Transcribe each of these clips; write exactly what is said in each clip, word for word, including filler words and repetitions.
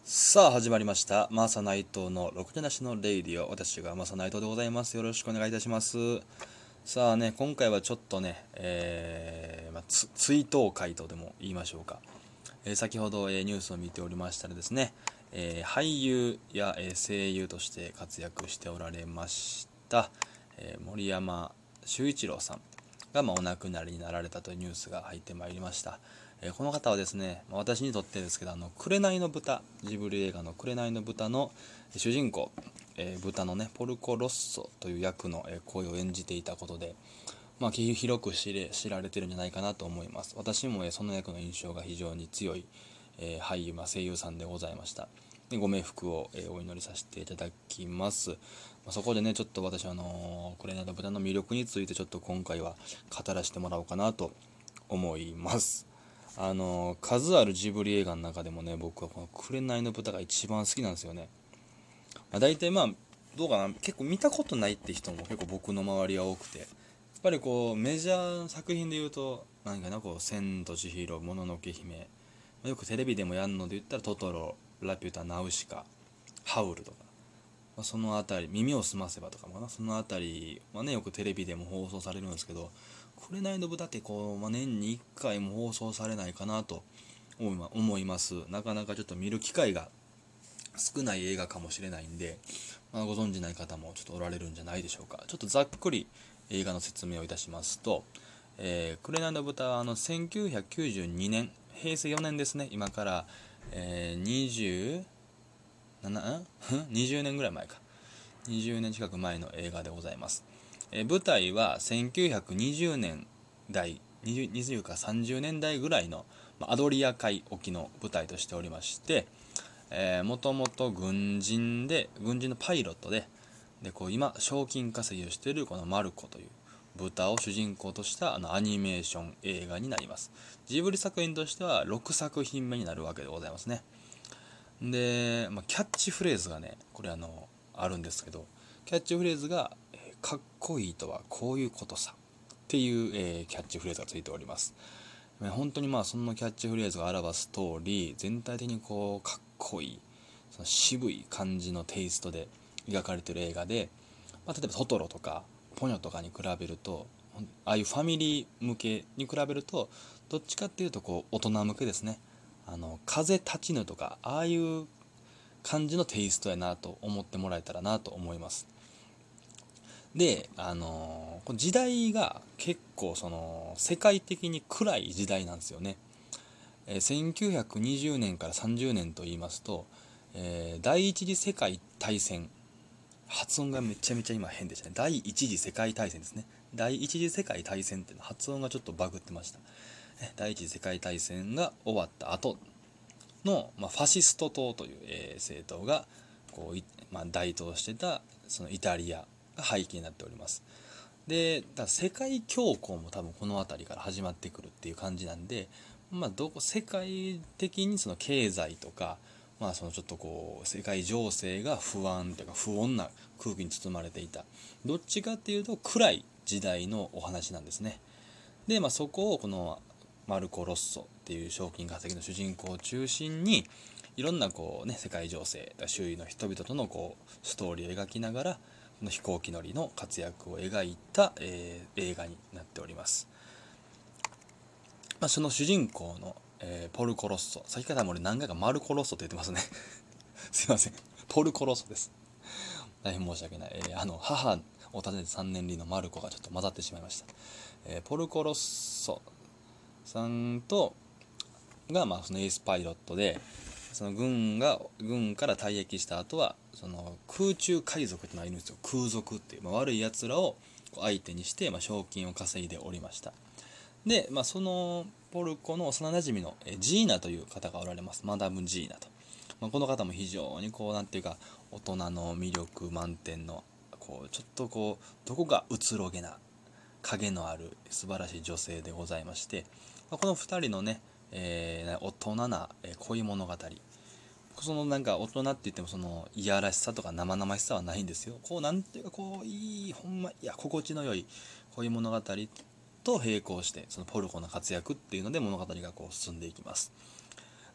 さあ始まりましたマーサナイトのろくでなしのレイディオ。私がマーサナイトでございます。よろしくお願いいたします。さあね、今回はちょっとね、えーまあ、つ追悼会とでも言いましょうか。えー先ほど、えーニュースを見ておりましたらですね、えー俳優や、えー声優として活躍しておられました、えー森山修一郎さんが、まあ、お亡くなりになられたというニュースが入ってまいりました。えーこの方はですね、まあ私にとってですけど、あの紅の豚、ジブリ映画の紅の豚の主人公、えー豚のねポルコ・ロッソという役の、えー声を演じていたことで、まあ、広く知れ知られてるんじゃないかなと思います。私も、えーその役の印象が非常に強い、えー俳優、まあ、声優さんでございました。でご冥福を、えーお祈りさせていただきます。まあ、そこでね、ちょっと私はあのー、紅の豚の魅力についてちょっと今回は語らせてもらおうかなと思います。あのー数あるジブリ映画の中でもね、僕はこの紅の豚が一番好きなんですよね。まあ、大体まあどうかな、結構見たことないって人も結構僕の周りは多くて、やっぱりこうメジャー作品で言うと何かな、こう千と千尋、もののけ姫、よくテレビでもやるので言ったらトトロ、ラピュタ、ナウシカ、ハウルとか、まあ、そのあたり、耳をすませばとかもな、そのあたりはね、よくテレビでも放送されるんですけど、紅の豚ってこう、まあ、年にいっかいも放送されないかなと思います。なかなかちょっと見る機会が少ない映画かもしれないんで、まあ、ご存じない方もちょっとおられるんじゃないでしょうか。ちょっとざっくり映画の説明をいたしますと、えー、紅の豚はあのせんきゅうひゃくきゅうじゅうにねん、平成よねんですね、今から、えー、にじゅうなな、んにじゅうねんぐらい前か、にじゅうねん近く前の映画でございます。えー舞台はせんきゅうひゃくにじゅうねんだい、20, 20かさんじゅうねんだいぐらいの、まあ、アドリア海沖の舞台としておりまして、もともと軍人で軍人のパイロットで、でこう今賞金稼ぎをしているこのマルコという豚を主人公としたあのアニメーション映画になります。ジブリ作品としてはろくさく品目になるわけでございますね。で、まあ、キャッチフレーズがね、これあのあるんですけど、キャッチフレーズがえーかっこいいとはこういうことさっていう、えーキャッチフレーズがついております。本当にまあそのキャッチフレーズが表す通り、全体的にこうかっこいい、その渋い感じのテイストで描かれている映画で、まあ、例えばトトロとかポニョとかに比べると、ああいうファミリー向けに比べるとどっちかっていうとこう大人向けですね。あの風立ちぬとかああいう感じのテイストやなと思ってもらえたらなと思います。で、あのー時代が結構その世界的に暗い時代なんですよね。えーせんきゅうひゃくにじゅうねんからさんじゅうねんと言いますと、えー第一次世界大戦、発音がめちゃめちゃ今変でしたね。第一次世界大戦ですね。第一次世界大戦っていうの発音がちょっとバグってました。第一次世界大戦が終わった後の、まあ、ファシスト党という、えー政党がこう、まあ、台頭してたそのイタリアが背景になっております。で、だ世界恐慌も多分この辺りから始まってくるっていう感じなんで、まあ、どこ世界的にその経済とか、まあ、そのちょっとこう世界情勢が不安というか不穏な空気に包まれていた、どっちかっていうと暗い時代のお話なんですね。で、まあ、そこをこのマルコ・ロッソっていう賞金稼ぎの主人公を中心に、いろんなこう、ね、世界情勢、周囲の人々とのこうストーリーを描きながら、この飛行機乗りの活躍を描いた、えー映画になっております。まあ、その主人公の、えーポルコ・ロッソ、先からも俺何回かマルコ・ロッソって言ってますね。すいません、ポルコ・ロッソです。大変申し訳ない。えーあの母を訪ねてさんねんりのマルコがちょっと混ざってしまいました。えーポルコ・ロッソさんとが、まあ、そのエースパイロットで、その軍が軍から退役した後はその空中海賊ってのがいるんですよ。空賊っていう、まあ、悪いやつらを相手にして、まあ、賞金を稼いでおりました。で、まあ、そのポルコの幼なじみのジーナという方がおられます。マダム・ジーナと、まあ、この方も非常にこうなんていうか大人の魅力満点の、こうちょっとこうどこかうつろげな影のある素晴らしい女性でございまして、このふたりのね、えー大人な恋物語、そのなんか大人って言ってもそのいやらしさとか生々しさはないんですよ。こうなんていうかこういいほんまいや心地の良い恋物語と並行してそのポルコの活躍っていうので物語がこう進んでいきます。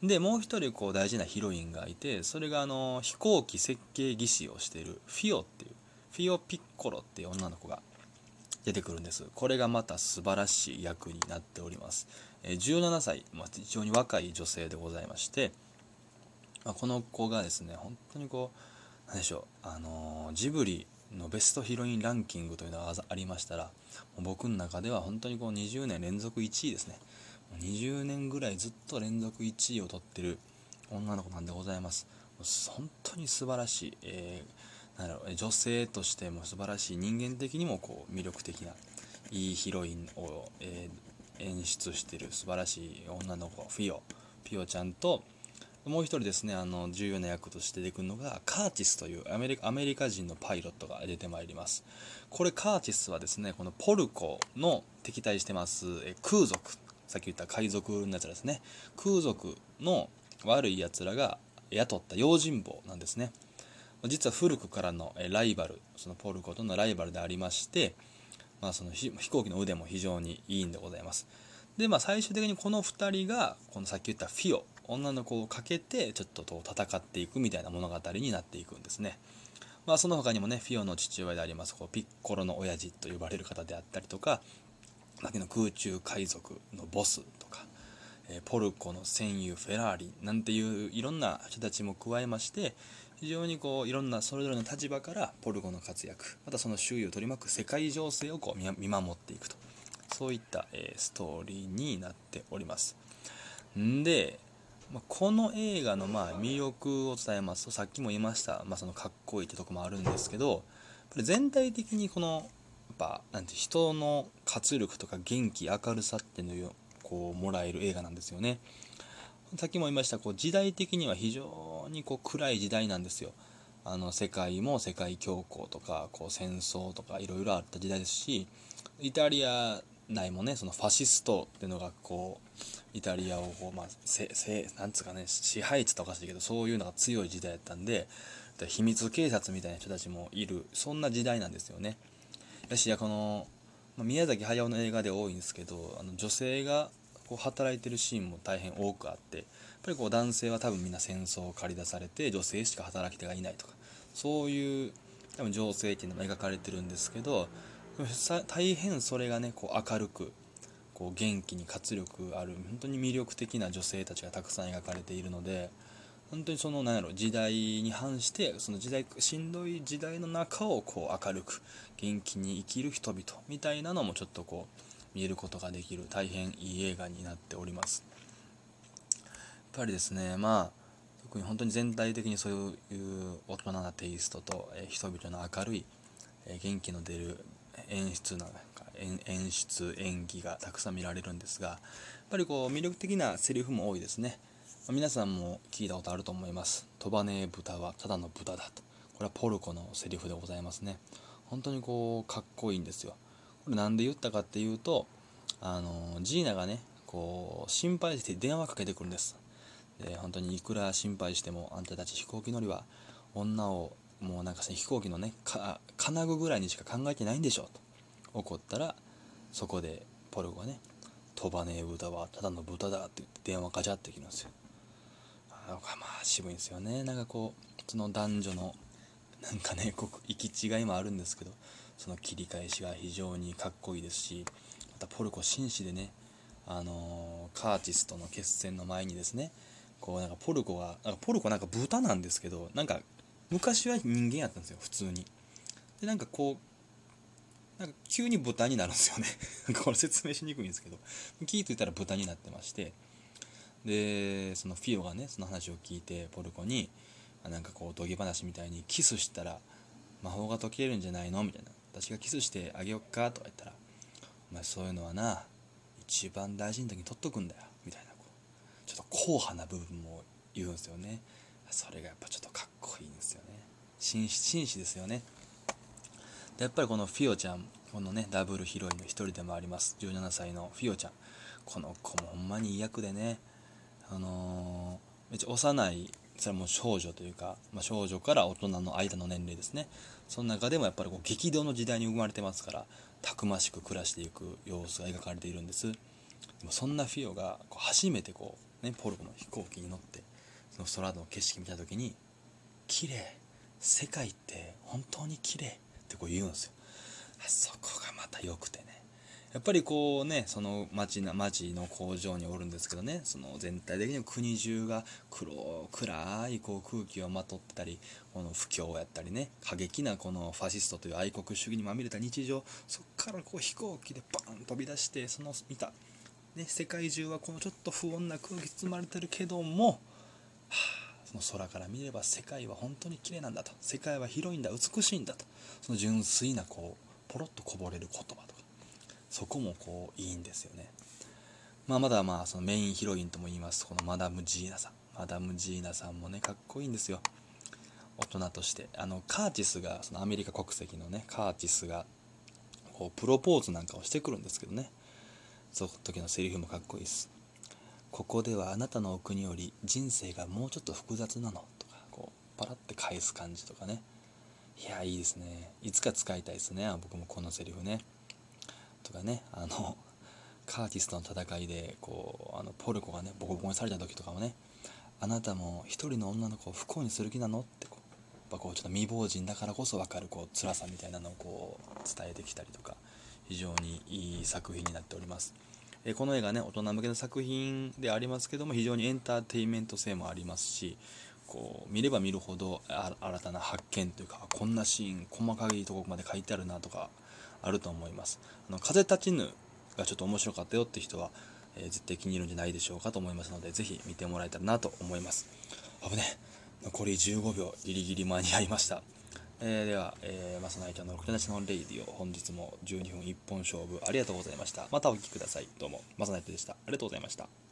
でもう一人こう大事なヒロインがいて、それがあの飛行機設計技師をしているフィオっていうフィオピッコロっていう女の子が出てくるんです。これがまた素晴らしい役になっております。えーじゅうななさい、まあ、非常に若い女性でございまして、まあ、この子がですね本当にこうなんでしょう、あのージブリのベストヒロインランキングというのがありましたら、もう僕の中では本当にこうにじゅうねん連続いちいですね。にじゅうねんぐらいずっと連続いちいを取ってる女の子なんでございます。本当に素晴らしい、えー、なんだろう、女性としても素晴らしい、人間的にもこう魅力的ないいヒロインを、えー演出している素晴らしい女の子フィオフィオちゃんと、もう一人ですね、あの重要な役として出てくるのがカーティスというアメリカアメリカ人のパイロットが出てまいります。これカーティスはですね、このポルコの敵対してますえ空族、さっき言った海賊のやつらですね、空族の悪いやつらが雇った用心棒なんですね。実は古くからのライバル、そのポルコとのライバルでありまして、まあ、その飛行機の腕も非常にいいんでございます。で、まあ、最終的にこのふたりがこのさっき言ったフィオ女の子をかけてちょっとと戦っていくみたいな物語になっていくんですね。まあ、その他にもね、フィオの父親でありますこうピッコロの親父と呼ばれる方であったりとか、さっきの空中海賊のボスとか、えーポルコの戦友フェラーリなんていういろんな人たちも加えまして、非常にこういろんなそれぞれの立場からポルコの活躍、またその周囲を取り巻く世界情勢をこう見守っていくと、そういった、えーストーリーになっております。んで、まあ、この映画のまあ魅力を伝えますと、さっきも言いました、まあ、そのかっこいいってとこもあるんですけど、やっぱり全体的にこのやっぱなんて人の活力とか元気明るさっていうのをこうもらえる映画なんですよね。さっきも言いました、こう時代的には非常にこう暗い時代なんですよ。あの世界も世界恐慌とかこう戦争とかいろいろあった時代ですし、イタリア内もねそのファシストっていうのがこうイタリアをこう、まあ、せせなんつうかね支配地とおかしいけど、そういうのが強い時代だったんで、秘密警察みたいな人たちもいる、そんな時代なんですよね。やしやこの、まあ、宮崎駿の映画で多いんですけど、あの女性がこう働いてるシーンも大変多くあって、やっぱりこう男性は多分みんな戦争を駆り出されて女性しか働き手がいないとか、そういう多分情勢っていうのも描かれてるんですけど、大変それがねこう明るくこう元気に活力ある本当に魅力的な女性たちがたくさん描かれているので、本当にその何やろ時代に反してその時代しんどい時代の中をこう明るく元気に生きる人々みたいなのもちょっとこう見えることができる大変いい映画になっております。やっぱりですね、まあ特に本当に全体的にそういう大人なテイストと、えー人々の明るい、えー元気の出る演出なんか演演出演技がたくさん見られるんですが、やっぱりこう魅力的なセリフも多いですね。皆さんも聞いたことあると思います。飛ばねえ豚はただの豚だと。これはポルコのセリフでございますね。本当にこうかっこいいんですよ。これなんで言ったかっていうと、あのジーナがねこう心配して電話かけてくるんです。で本当にいくら心配しても、あんたたち飛行機乗りは女をもうなんか飛行機のねか金具ぐらいにしか考えてないんでしょと怒ったら、そこでポルコがね飛ばねえ豚はただの豚だって言って電話ガチャって切るんですよ。あまあ渋いんですよね。なんかこうその男女のなんかねこう行き違いもあるんですけど、その切り返しが非常にかっこいいですし、またポルコ紳士でね、あのーカーティスとの決戦の前にですね、こうなんかポルコがなんかポルコなんか豚なんですけど、なんか昔は人間やったんですよ普通に。でなんかこうなんか急に豚になるんですよねなんかこれ説明しにくいんですけど、聞いてたら豚になってまして、でそのフィオがねその話を聞いてポルコになんかこう土下話みたいに、キスしたら魔法が解けるんじゃないのみたいな、私がキスしてあげよっかとか言ったら、お前そういうのはな一番大事な時に取っとくんだよみたいな、こうちょっと硬派な部分も言うんですよね。それがやっぱちょっとかっこいいんですよね。紳士紳士ですよね。でやっぱりこのフィオちゃん、このねダブルヒロインの一人でもありますじゅうななさいのフィオちゃん、この子もほんまにいい役でね、あのー、めっちゃ幼い、それはもう少女というか、まあ、少女から大人の間の年齢ですね。その中でもやっぱりこう激動の時代に生まれてますから、たくましく暮らしていく様子が描かれているんです。でもそんなフィオがこう初めてこね、ポルコの飛行機に乗ってその空の景色見た時に綺麗、世界って本当に綺麗ってこう言うんですよ。あそこがまた良くてね、やっぱりこうね、その町な町の工場におるんですけどね、その全体的に国中が黒暗いこう空気をまとってたり、この不況やったりね、過激なこのファシストという愛国主義にまみれた日常、そっからこう飛行機でバーン飛び出して、その見た、ね、世界中はこのちょっと不穏な空気包まれてるけども、はあ、その空から見れば世界は本当に綺麗なんだと、世界は広いんだ、美しいんだと、その純粋なこうポロッとこぼれる言葉とか、そこもこういいんですよね。まあ、まだまあそのメインヒロインとも言いますこのマダム・ジーナさん、マダム・ジーナさんもねかっこいいんですよ。大人として、あのカーティスが、そのアメリカ国籍のねカーティスがこうプロポーズなんかをしてくるんですけどね、その時のセリフもかっこいいです。ここではあなたのお国より人生がもうちょっと複雑なのとか、こうパラって返す感じとかね、いやいいですね。いつか使いたいですね、僕もこのセリフね。とかね、あのカーティスとの戦いでこうあのポルコがねボコボコにされた時とかもね、あなたも一人の女の子を不幸にする気なのってこう、やっぱこうちょっと未亡人だからこそ分かるこう辛さみたいなのをこう伝えてきたりとか、非常にいい作品になっております。えこの映画ね、大人向けの作品でありますけども、非常にエンターテインメント性もありますし、こう見れば見るほど新たな発見というか、こんなシーン細かいところまで書いてあるなとかあると思います。あの風立ちぬがちょっと面白かったよって人は、えー、絶対気に入るんじゃないでしょうかと思いますので、ぜひ見てもらえたらなと思います。あぶね、残りじゅうごびょう、ギリギリ間に合いました。えー、では、えー、マサナイトのろくてなしのレイディオ、本日もじゅうにふん一本勝負ありがとうございました。またお聞きください。どうもマサナイトでした。ありがとうございました。